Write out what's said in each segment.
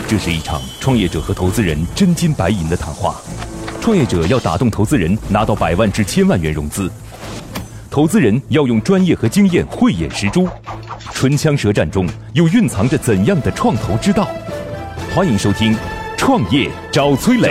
这是一场创业者和投资人真金白银的谈话。创业者要打动投资人，拿到100万至1000万元融资；投资人要用专业和经验慧眼识珠。唇枪舌战中，又蕴藏着怎样的创投之道？欢迎收听《创业找崔磊》。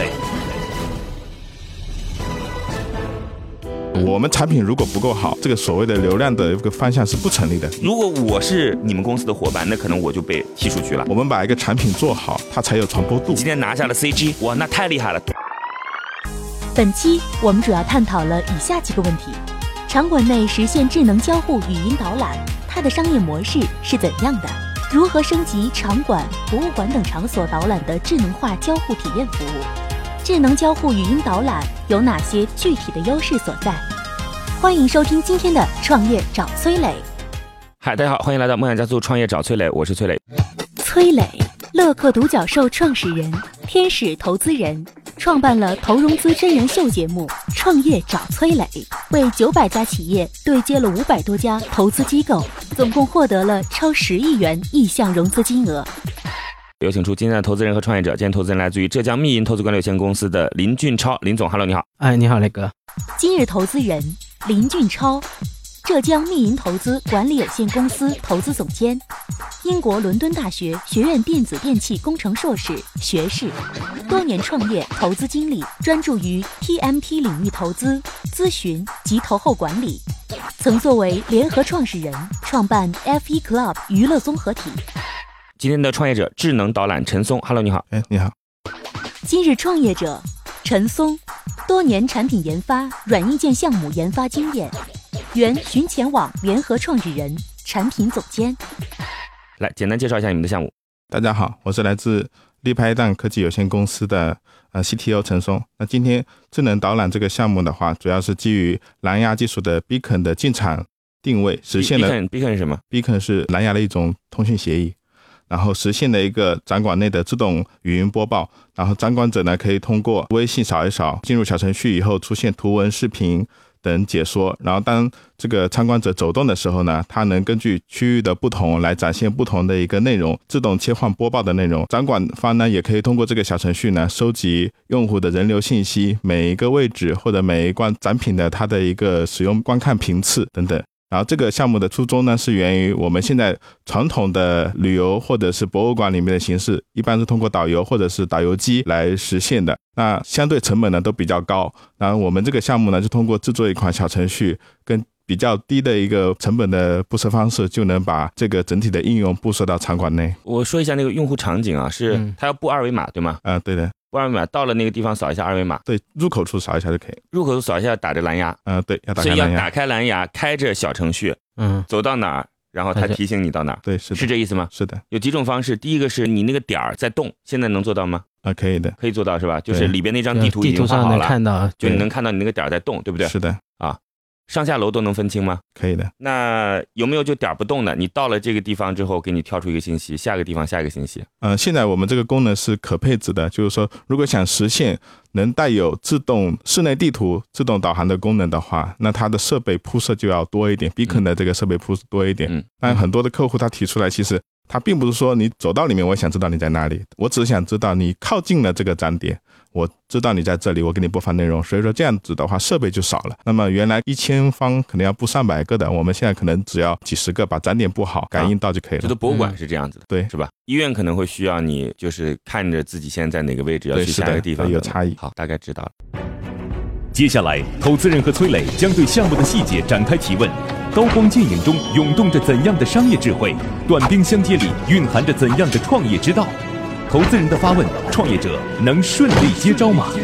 我们产品如果不够好，这个所谓的流量的一个方向是不成立的。 如果我是你们公司的伙伴，那可能我就被踢出去了。 我们把一个产品做好，它才有传播度。 今天拿下了 CG， 哇，那太厉害了。 本期我们主要探讨了以下几个问题：场馆内实现智能交互语音导览，它的商业模式是怎样的？如何升级场馆、博物馆等场所导览的智能化交互体验服务？智能交互语音导览有哪些具体的优势所在？欢迎收听今天的创业找崔磊。 嗨，大家好，欢迎来到梦想加速创业找崔磊，我是崔磊。 崔磊，乐客独角兽创始人，天使投资人，创办了投融资真人秀节目《创业找崔磊》，为900家企业对接了500多家投资机构，总共获得了超10亿元意向融资金额。 有请出今天的投资人和创业者。今天投资人来自于浙江密银投资管理有限公司的林俊超，林总 ，Hello， 你好。 哎，你好，磊哥。 今日投资人林俊超，浙江密银投资管理有限公司投资总监，英国伦敦大学学院电子电气工程硕士、学士，多年创业投资经历，专注于 TMT 领域投资、咨询及投后管理，曾作为联合创始人，创办 F1 Club 娱乐综合体。 今天的创业者智能导览陈松 ，Hello， 你好。 你好。 今日创业者陈松，多年产品研发、软硬件项目研发经验，原寻钱网联合创始人、产品总监。 来，简单介绍一下你们的项目。 大家好，我是来自立拍档科技有限公司的CTO 陈松。那今天智能导览这个项目的话，主要是基于蓝牙技术的 Beacon 的进场定位，实现了 Beacon 是什么 ？Beacon 是蓝牙的一种通讯协议。然后实现了一个展馆内的自动语音播报，然后展馆者呢可以通过微信扫一扫，进入小程序以后出现图文、视频等解说，然后当这个参观者走动的时候呢，它能根据区域的不同来展现不同的一个内容，自动切换播报的内容。展馆方呢也可以通过这个小程序呢收集用户的人流信息，每一个位置或者每一罐展品的它的一个使用观看频次等等。然后这个项目的初衷呢，是源于我们现在传统的旅游或者是博物馆里面的形式，一般是通过导游或者是导游机来实现的。那相对成本呢都比较高，然后我们这个项目呢就通过制作一款小程序，跟比较低的一个成本的布设方式，就能把这个整体的应用布设到场馆内。 我说一下那个用户场景啊，是它要布二维码对吗？ 对的。 布二维码到了那个地方扫一下二维码， 对，入口处扫一下就可以。 入口处扫一下打着蓝牙， 对，要打开蓝牙。 所以要打开蓝牙，开着小程序，走到哪儿，然后它提醒你到哪儿。 对，是的， 是这意思吗？ 是的。 有几种方式，第一个是你那个点儿在动，现在能做到吗？ 可以的， 可以做到是吧？就是里边那张地图已经画好了， 地图上能看到， 就你能看到你那个点儿在动，对不对？ 是的。 上下楼都能分清吗？ 可以的。 那有没有就点不动的？你到了这个地方之后，给你跳出一个信息，下个地方下一个信息。 现在我们这个功能是可配置的，就是说，如果想实现能带有自动室内地图自动导航的功能的话，那它的设备铺设就要多一点，Beacon 的这个设备铺设多一点。但很多的客户他提出来，其实他并不是说你走到里面，我想知道你在哪里，我只想知道你靠近了这个展点，我知道你在这里，我给你播放内容。所以说这样子的话设备就少了，那么原来1000方可能要布300个的，我们现在可能只要几十个，把展点布好，感应到就可以了。 这都博物馆是这样子的， 对， 是吧？医院可能会需要你就是看着自己现在在哪个位置，要去下一个地方， 有差异。 好，大概知道了。 接下来投资人和崔磊将对项目的细节展开提问，刀光剑影中涌动着怎样的商业智慧，短兵相接里蕴含着怎样的创业之道？投资人的发问，创业者能顺利接招吗？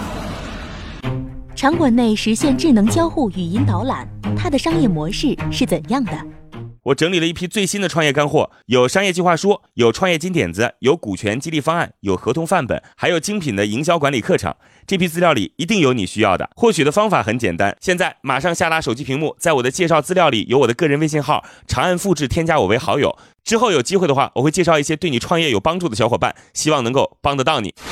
场馆内实现智能交互语音导览，它的商业模式是怎样的？ 我整理了一批最新的创业干货，有商业计划书，有创业金点子，有股权激励方案，有合同范本，还有精品的营销管理课程。这批资料里一定有你需要的。获取的方法很简单，现在马上下拉手机屏幕，在我的介绍资料里有我的个人微信号，长按复制添加我为好友。之后有机会的话，我会介绍一些对你创业有帮助的小伙伴，希望能够帮得到你。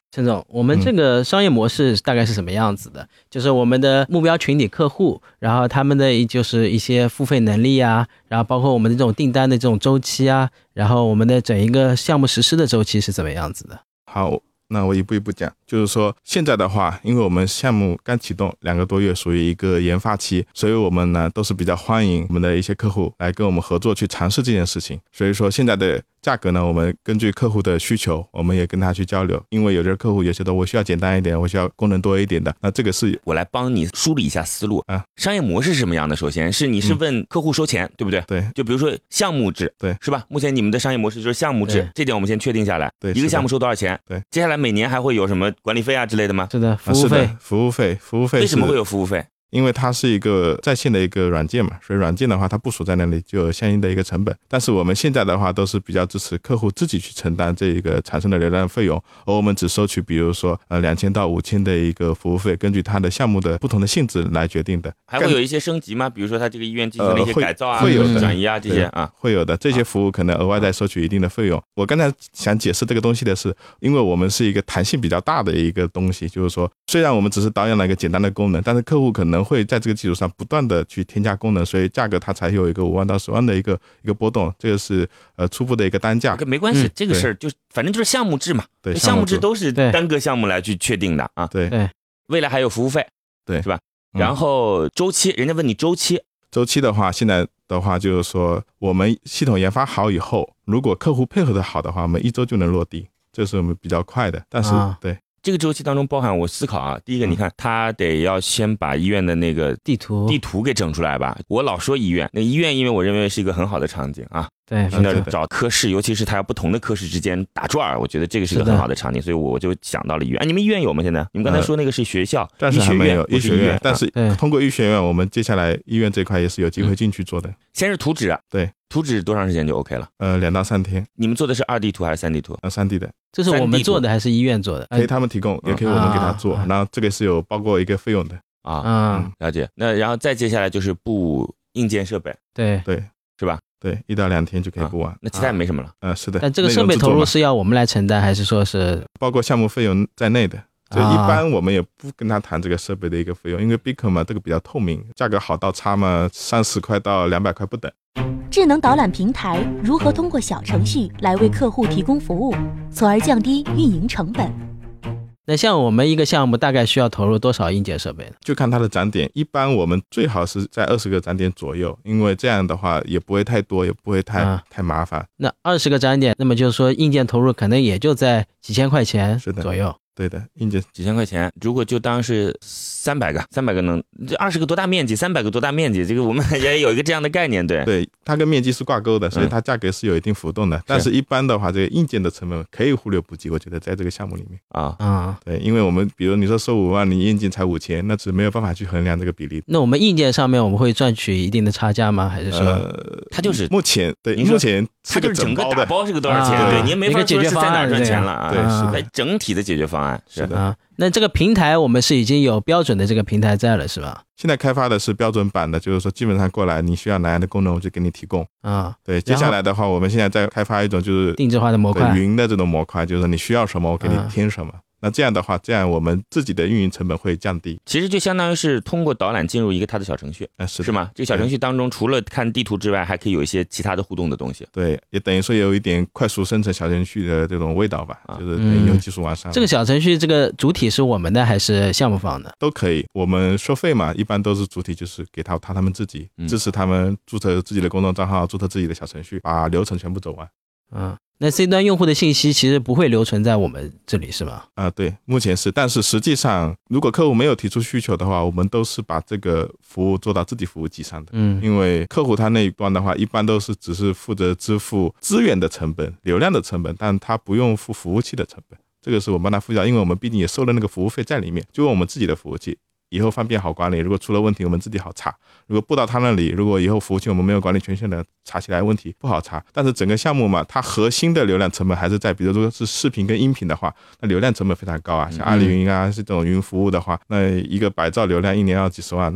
陈总，我们这个商业模式大概是什么样子的？就是我们的目标群体客户，然后他们的就是一些付费能力啊，然后包括我们的这种订单的这种周期啊，然后我们的整一个项目实施的周期是怎么样子的？ 好，那我一步一步讲，就是说现在的话，因为我们项目刚启动2个多月，属于一个研发期，所以我们呢都是比较欢迎我们的一些客户来跟我们合作去尝试这件事情。所以说现在的价格呢，我们根据客户的需求，我们也跟他去交流，因为有的客户有些的我需要简单一点，我需要功能多一点的，那这个是我来帮你梳理一下思路啊。 商业模式是什么样的？首先是你是问客户收钱，对不对？ 对， 就比如说项目制， 对， 是吧？目前你们的商业模式就是项目制，这点我们先确定下来。 对， 一个项目收多少钱？ 对， 接下来每年还会有什么管理费啊之类的吗？ 是的，服务费， 服务费。 为什么会有服务费？ 因为它是一个在线的一个软件嘛，所以软件的话它部署在那里就有相应的一个成本。但是我们现在的话都是比较支持客户自己去承担这一个产生的流量费用，而我们只收取比如说2000到5000的一个服务费，根据它的项目的不同的性质来决定的。 还会有一些升级吗？比如说它这个医院进行了一些改造啊， 会有的转移啊这些啊， 会有的。这些服务可能额外再收取一定的费用。我刚才想解释这个东西的是，因为我们是一个弹性比较大的一个东西，就是说虽然我们只是导演了一个简单的功能，但是客户可能会在这个基础上不断的去添加功能，所以价格它才有一个5万到10万的一个波动，这个是初步的一个单价。 没关系，这个事儿就反正就是项目制嘛， 对， 项目制都是单个项目来去确定的啊。 对， 未来还有服务费， 对， 是吧？然后周期，人家问你周期的话，现在的话就是说，我们系统研发好以后，如果客户配合的好的话，我们1周就能落地，这是我们比较快的。但是对。 这个周期当中包含我思考啊，第一个你看他得要先把医院的那个地图给整出来吧。我老说医院，那医院因为我认为是一个很好的场景啊， 对， 去那找科室，尤其是他要不同的科室之间打转，我觉得这个是个很好的场景，所以我就想到了医院。你们医院有吗？现在你们刚才说那个是学校， 但是还没有医学院，但是通过医学院，我们接下来医院这块也是有机会进去做的。 先是图纸， 对， 图纸多长时间就 OK 了 ？2到3天。 你们做的是2D 图还是3D 图 ？3D 的。 这是我们做的还是医院做的？ 可以他们提供，也可以我们给他做。然后这个是有包括一个费用的啊。了解。那然后再接下来就是布硬件设备， 对， 是吧？ 对，1到2天就可以布完。 那其他也没什么了。 是的。 但这个设备投入是要我们来承担，还是说是包括项目费用在内的？就一般我们也不跟他谈这个设备的一个费用，因为 Beacon 嘛，这个比较透明，价格好到差嘛30块到200块不等。 智能导览平台如何通过小程序来为客户提供服务，从而降低运营成本？ 那像我们一个项目大概需要投入多少硬件设备呢？ 就看它的展点，一般我们最好是在20个展点左右，因为这样的话也不会太多，也不会太麻烦。 那20个展点，那么就是说硬件投入可能也就在几千块钱左右。 对的，硬件几千块钱，如果就当是300个能，这20个多大面积，300个多大面积，这个我们也有一个这样的概念，对， 它跟面积是挂钩的，所以它价格是有一定浮动的。但是一般的话，这个硬件的成本可以忽略不计，我觉得在这个项目里面对，因为我们比如你说收5万，你硬件才5000，那是没有办法去衡量这个比例。 那我们硬件上面我们会赚取一定的差价吗？还是说它就是目前它就是整个打包是个多少钱？对，你也没法说是在哪赚钱了啊。 对，是的，整体的解决方案是的。 那这个平台我们是已经有标准的这个平台在了，是吧？ 现在开发的是标准版的，就是说基本上过来你需要哪样的功能，我就给你提供对，接下来的话，我们现在在开发一种就是定制化的模块， 云的这种模块，就是说你需要什么，我给你添什么。那这样的话，我们自己的运营成本会降低。 其实就相当于是通过导览进入一个它的小程序，是吗？这个小程序当中，除了看地图之外，还可以有一些其他的互动的东西。 对，也等于说有一点快速生成小程序的这种味道吧，就是等于有技术完善。 这个小程序这个主体是我们的还是项目方的？ 都可以，我们收费嘛，一般都是主体就是给他们自己支持他们注册自己的公众账号，注册自己的小程序，把流程全部走完。 那 C 端用户的信息其实不会留存在我们这里是吧？ 对，目前是，但是实际上如果客户没有提出需求的话，我们都是把这个服务做到自己服务器上的。因为客户他那一端的话，一般都是只是负责支付资源的成本、流量的成本，但他不用付服务器的成本。这个是我们帮他付掉，因为我们毕竟也收了那个服务费在里面，就用我们自己的服务器。以后方便好管理，如果出了问题我们自己好查，如果布到他那里，如果以后服务器我们没有管理权限的，查起来问题不好查。但是整个项目嘛，它核心的流量成本还是在，比如说是视频跟音频的话，那流量成本非常高啊，像阿里云啊，是这种云服务的话，那一个100兆流量一年要几十万，那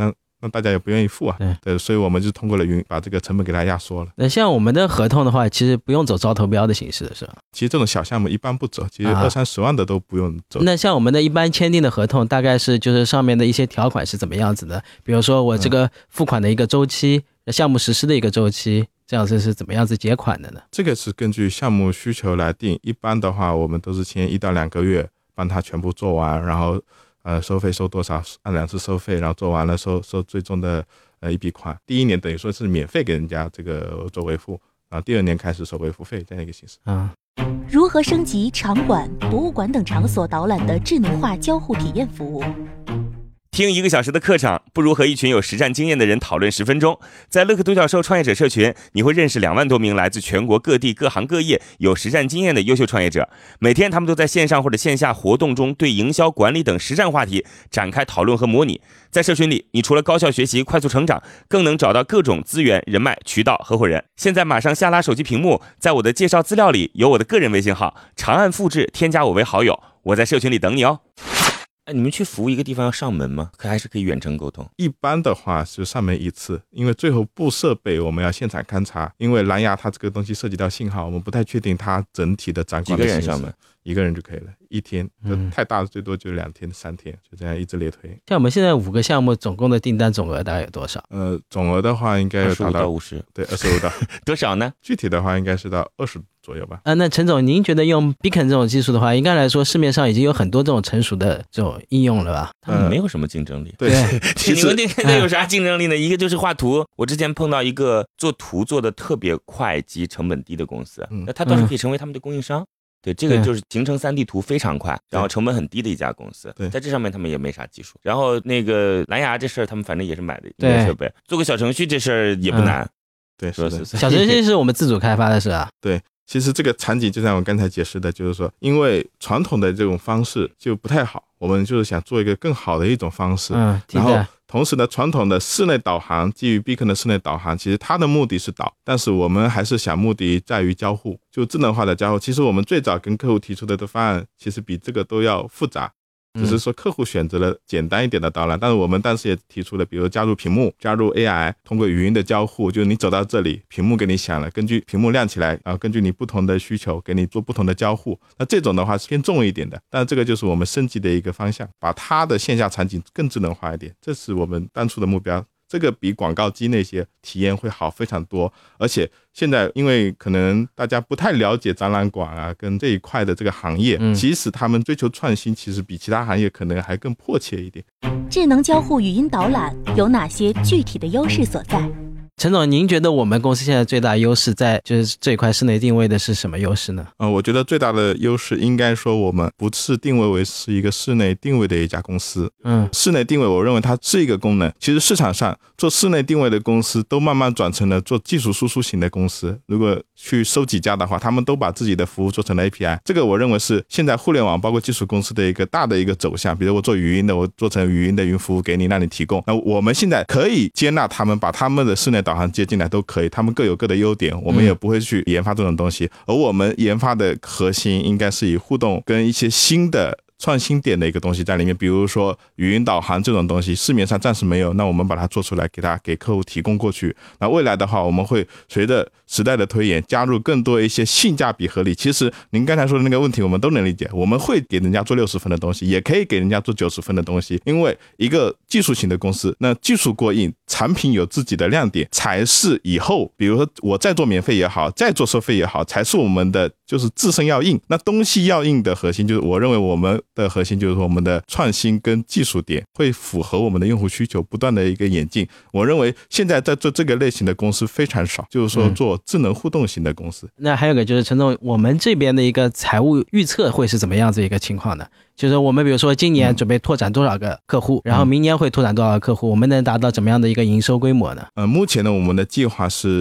那大家也不愿意付啊。对，所以我们就通过了云把这个成本给它压缩了。 那像我们的合同的话，其实不用走招投标的形式的是吧？ 其实这种小项目一般不走，其实20-30万的都不用走。 那像我们的一般签订的合同，大概是就是上面的一些条款是怎么样子的？比如说我这个付款的一个周期，项目实施的一个周期，这样子是怎么样子结款的呢？ 这个是根据项目需求来定，一般的话我们都是签1到2个月，帮他全部做完，然后收费收多少，按2次收费，然后做完了收最终的一笔款。第1年等于说是免费给人家这个做维护，然后第2年开始收维护费，这样一个形式。 如何升级场馆、博物馆等场所导览的智能化交互体验服务？ 听1个小时的课程，不如和一群有实战经验的人讨论10分钟。在乐客独角兽创业者社群，你会认识2万多名来自全国各地各行各业有实战经验的优秀创业者。每天他们都在线上或者线下活动中对营销管理等实战话题展开讨论和模拟。在社群里，你除了高效学习、快速成长，更能找到各种资源、人脉、渠道、合伙人。现在马上下拉手机屏幕，在我的介绍资料里有我的个人微信号，长按复制，添加我为好友。我在社群里等你哦。你们去服务一个地方要上门吗？还是可以远程沟通？ 一般的话是上门1次，因为最后布设备我们要现场勘察，因为蓝牙它这个东西涉及到信号，我们不太确定它整体的展馆的形式。 几个人上门 ？1个人就可以了，1天，太大的最多就2天3天，就这样一直列推。 像我们现在5个项目总共的订单总额大概有多少？ 总额的话应该有达到 25到50， 对，25到多少呢？ 具体的话应该是到20左右吧。 那陈总，您觉得用 Beacon 这种技术的话，应该来说市面上已经有很多这种成熟的这种应用了吧？ 他们没有什么竞争力。 对， 你们现在有啥竞争力呢？一个就是画图，我之前碰到一个做图做的特别快及成本低的公司，那他倒是可以成为他们的供应商。对，这个就是形成3D 图非常快，然后成本很低的一家公司。在这上面他们也没啥技术。然后那个蓝牙这事儿，他们反正也是买的硬件设备，做个小程序这事儿也不难。 对，是的。 小程序是我们自主开发的是吧？ 对。其实这个场景就像我刚才解释的，就是说因为传统的这种方式就不太好，我们就是想做一个更好的一种方式。然后同时呢，传统的室内导航基于 Beacon 的室内导航，其实它的目的是导，但是我们还是想目的在于交互，就智能化的交互。其实我们最早跟客户提出的方案其实比这个都要复杂，只是说客户选择了简单一点的导览，但是我们当时也提出了，比如加入屏幕，加入 AI， 通过语音的交互，就是你走到这里，屏幕给你响了，根据屏幕亮起来，然后根据你不同的需求给你做不同的交互。那这种的话是偏重一点的，但这个就是我们升级的一个方向，把它的线下场景更智能化一点，这是我们当初的目标。这个比广告机那些体验会好非常多，而且现在因为可能大家不太了解展览馆啊跟这一块的这个行业，其实他们追求创新，其实比其他行业可能还更迫切一点。 智能交互语音导览有哪些具体的优势所在？ 陈总，您觉得我们公司现在最大优势在就是这一块室内定位的是什么优势呢？ 我觉得最大的优势应该说我们不是定位为是一个室内定位的一家公司。室内定位我认为它是一个功能，其实市场上做室内定位的公司都慢慢转成了做技术输出型的公司。如果去搜几家的话，他们都把自己的服务做成了 API， 这个我认为是现在互联网包括技术公司的一个大的一个走向。比如我做语音的，我做成语音的云服务给你，让你提供。那我们现在可以接纳他们，把他们的室内导航接进来都可以，他们各有各的优点，我们也不会去研发这种东西。而我们研发的核心应该是以互动跟一些新的创新点的一个东西在里面，比如说语音导航这种东西市面上暂时没有，那我们把它做出来给客户提供过去。那未来的话，我们会随着时代的推演加入更多一些性价比合理。其实您刚才说的那个问题我们都能理解，我们会给人家做60分的东西，也可以给人家做90分的东西。因为一个技术型的公司，那技术过硬，产品有自己的亮点，才是以后比如说我再做免费也好，再做收费也好，才是我们的就是自身要硬。那东西要硬的核心就是我认为我们的核心就是说我们的创新跟技术点会符合我们的用户需求，不断的一个演进。我认为现在在做这个类型的公司非常少，就是说做智能互动型的公司。 那还有个就是陈总，我们这边的一个财务预测会是怎么样子一个情况呢？就是我们比如说今年准备拓展多少个客户，然后明年会拓展多少个客户，我们能达到怎么样的一个营收规模呢？ 目前呢我们的计划是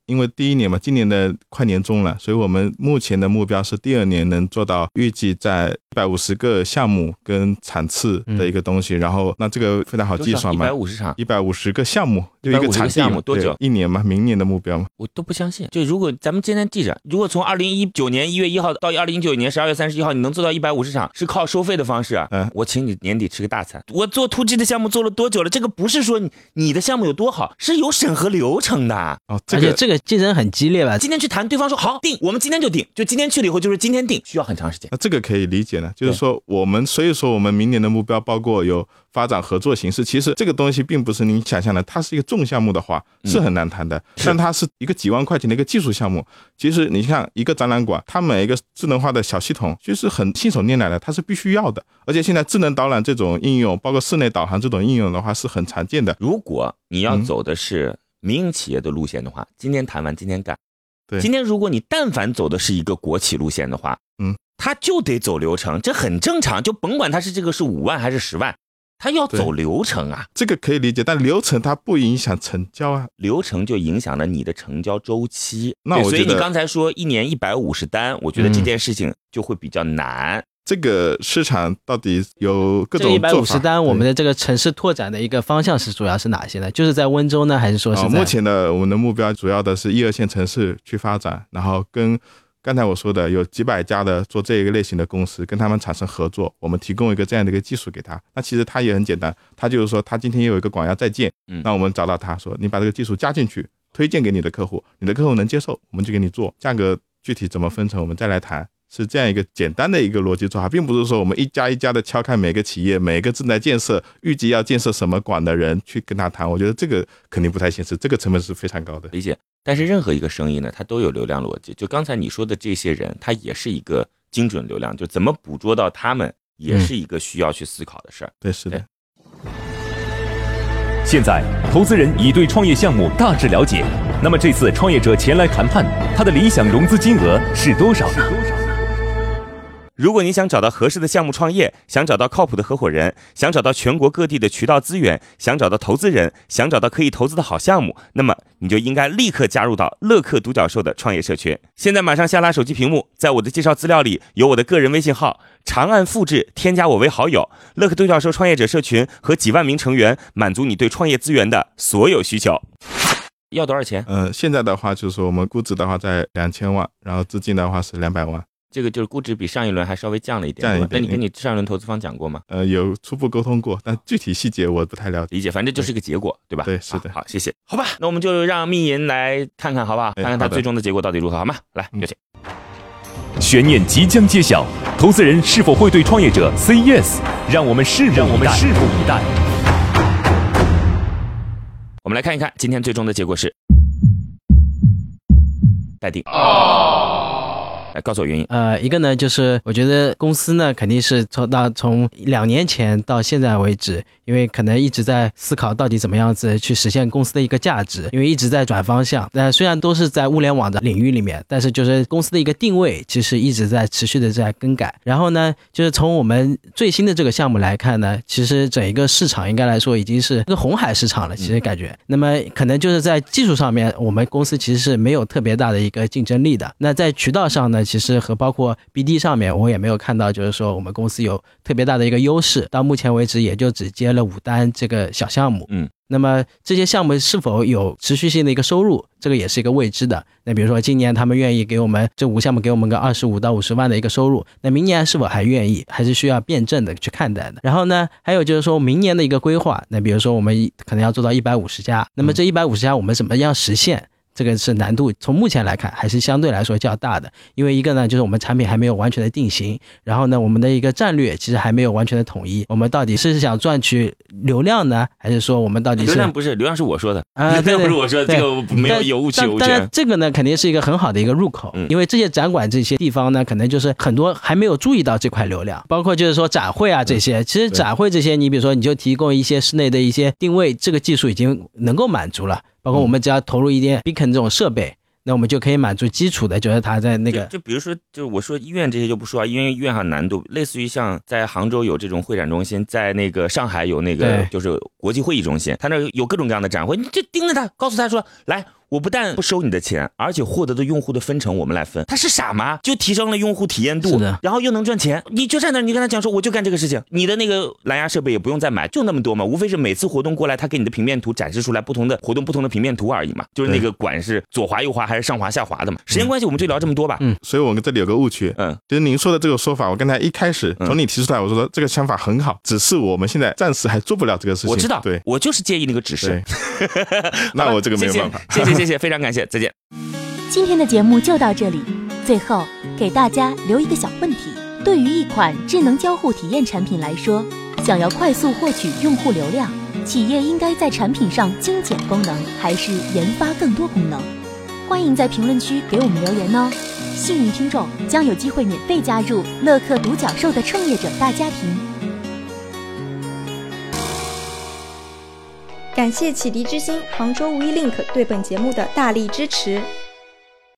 因为第一年嘛，今年的快年终了，所以我们目前的目标是第2年能做到预计在150个项目跟场次的一个东西，然后那这个非常好计算嘛 ，150场 ，150个项目，就一个场地项目多久 ？1年嘛，明年的目标嘛。 我都不相信。就如果咱们今天记着，如果从2019年1月1号到2019年12月31号，你能做到150场，是靠收费的方式啊。我请你年底吃个大餐。我做to G的项目做了多久了？这个不是说你的项目有多好，是有审核流程的。 而且这个竞争很激烈吧？ 今天去谈，对方说好定，我们今天就定，就今天去了以后就是今天定，需要很长时间。 那这个可以理解呢，就是说所以说我们明年的目标包括有发展合作形式。其实这个东西并不是你想象的，它是一个重项目的话是很难谈的，但它是一个几万块钱的一个技术项目。其实你像一个展览馆，它每一个智能化的小系统就是很信手拈来的，它是必须要的。而且现在智能导览这种应用，包括室内导航这种应用的话是很常见的。 如果你要走的是民营企业的路线的话，今天谈完今天干。 对， 今天如果你但凡走的是一个国企路线的话，他就得走流程，这很正常，就甭管他是这个是5万还是10万，他要走流程啊。 这个可以理解，但流程它不影响成交啊， 流程就影响了你的成交周期。 那我觉得， 所以你刚才说1年150单，我觉得这件事情就会比较难。 这个市场到底有各种做法？ 这150单，我们的这个城市拓展的一个方向是主要是哪些呢？就是在温州呢，还是说是在？ 目前的我们的目标主要的是1、2线城市去发展，然后跟刚才我说的有几百家的做这一个类型的公司，跟他们产生合作，我们提供一个这样的一个技术给他。那其实他也很简单，他就是说他今天有一个广要在建，那我们找到他说你把这个技术加进去，推荐给你的客户，你的客户能接受，我们就给你做，价格具体怎么分成我们再来谈。是这样一个简单的一个逻辑做法，并不是说我们一家一家的敲开每个企业，每个正在建设预计要建设什么馆的人去跟他谈，我觉得这个肯定不太现实，这个成本是非常高的。 理解。但是任何一个生意呢，它都有流量逻辑，就刚才你说的这些人，他也是一个精准流量，就怎么捕捉到他们也是一个需要去思考的事儿。 对，是的。 现在投资人已对创业项目大致了解，那么这次创业者前来谈判，他的理想融资金额是多少呢？ 如果你想找到合适的项目创业，想找到靠谱的合伙人，想找到全国各地的渠道资源，想找到投资人，想找到可以投资的好项目，那么你就应该立刻加入到乐客独角兽的创业社群。现在马上下拉手机屏幕，在我的介绍资料里有我的个人微信号，长按复制添加我为好友。乐客独角兽创业者社群和几万名成员，满足你对创业资源的所有需求。要多少钱？ 现在的话就是说我们估值的话在2000万，然后资金的话是200万。 这个就是估值比上一轮还稍微降了一点。那你跟你上一轮投资方讲过吗？ 有初步沟通过，但具体细节我不太了解。 理解，反正就是个结果，对吧？ 对，是的。 好，谢谢。好吧，那我们就让密银来看看，好不好？看看他最终的结果到底如何，好吗？来，有请。 悬念即将揭晓，投资人是否会对创业者 say yes？ 让我们拭目以待。 我们来看一看今天最终的结果是待定。来告诉我原因。 一个呢，就是我觉得公司呢肯定是从2年前到现在为止，因为可能一直在思考到底怎么样子去实现公司的一个价值，因为一直在转方向。虽然都是在物联网的领域里面，但是就是公司的一个定位其实一直在持续的在更改。然后呢，就是从我们最新的这个项目来看呢，其实整一个市场应该来说已经是一个红海市场了，其实感觉。那么可能就是在技术上面，我们公司其实是没有特别大的一个竞争力的。那在渠道上呢，其实和包括 BD 上面我也没有看到就是说我们公司有特别大的一个优势，到目前为止也就只接了5单这个小项目。那么这些项目是否有持续性的一个收入，这个也是一个未知的。那比如说今年他们愿意给我们这5项目给我们个25到50万的一个收入，那明年是否还愿意，还是需要辩证的去看待的。然后呢，还有就是说明年的一个规划，那比如说我们可能要做到150家，那么这150家我们怎么样实现，这个是难度从目前来看还是相对来说较大的。因为一个呢就是我们产品还没有完全的定型，然后呢我们的一个战略其实还没有完全的统一，我们到底是想赚取流量呢，还是说我们到底是流量不是流量是我说的流量不是我说的，这个没有误区。 但是这个呢肯定是一个很好的一个入口，因为这些展馆这些地方呢可能就是很多还没有注意到这块流量，包括就是说展会啊这些，其实展会这些你比如说你就提供一些室内的一些定位，这个技术已经能够满足了，包括我们只要投入一点 beacon 这种设备，那我们就可以满足基础的，就是它在那个就比如说，就是我说医院这些就不说啊，因为医院上难度，类似于像在杭州有这种会展中心，在那个上海有那个就是国际会议中心，它那有各种各样的展会，你就盯着它，告诉他说，来， 我不但不收你的钱，而且获得的用户的分成我们来分。他是傻吗？就提升了用户体验度，然后又能赚钱。你就站那，你跟他讲说我就干这个事情，你的那个蓝牙设备也不用再买，就那么多嘛，无非是每次活动过来他给你的平面图展示出来不同的活动不同的平面图而已嘛，就是那个管是左滑右滑还是上滑下滑的嘛。时间关系我们就聊这么多吧。 所以我们这里有个误区，就是您说的这个说法，我刚才一开始从你提出来，我说这个想法很好，只是我们现在暂时还做不了这个事情。 我知道， 对， 我就是介意那个指示。 那我这个没有办法。 谢谢，非常感谢，再见。 今天的节目就到这里，最后给大家留一个小问题：对于一款智能交互体验产品来说，想要快速获取用户流量，企业应该在产品上精简功能，还是研发更多功能？欢迎在评论区给我们留言哦。幸运听众将有机会免费加入乐客独角兽的创业者大家庭。 感谢启迪之星、杭州无一 link 对本节目的大力支持。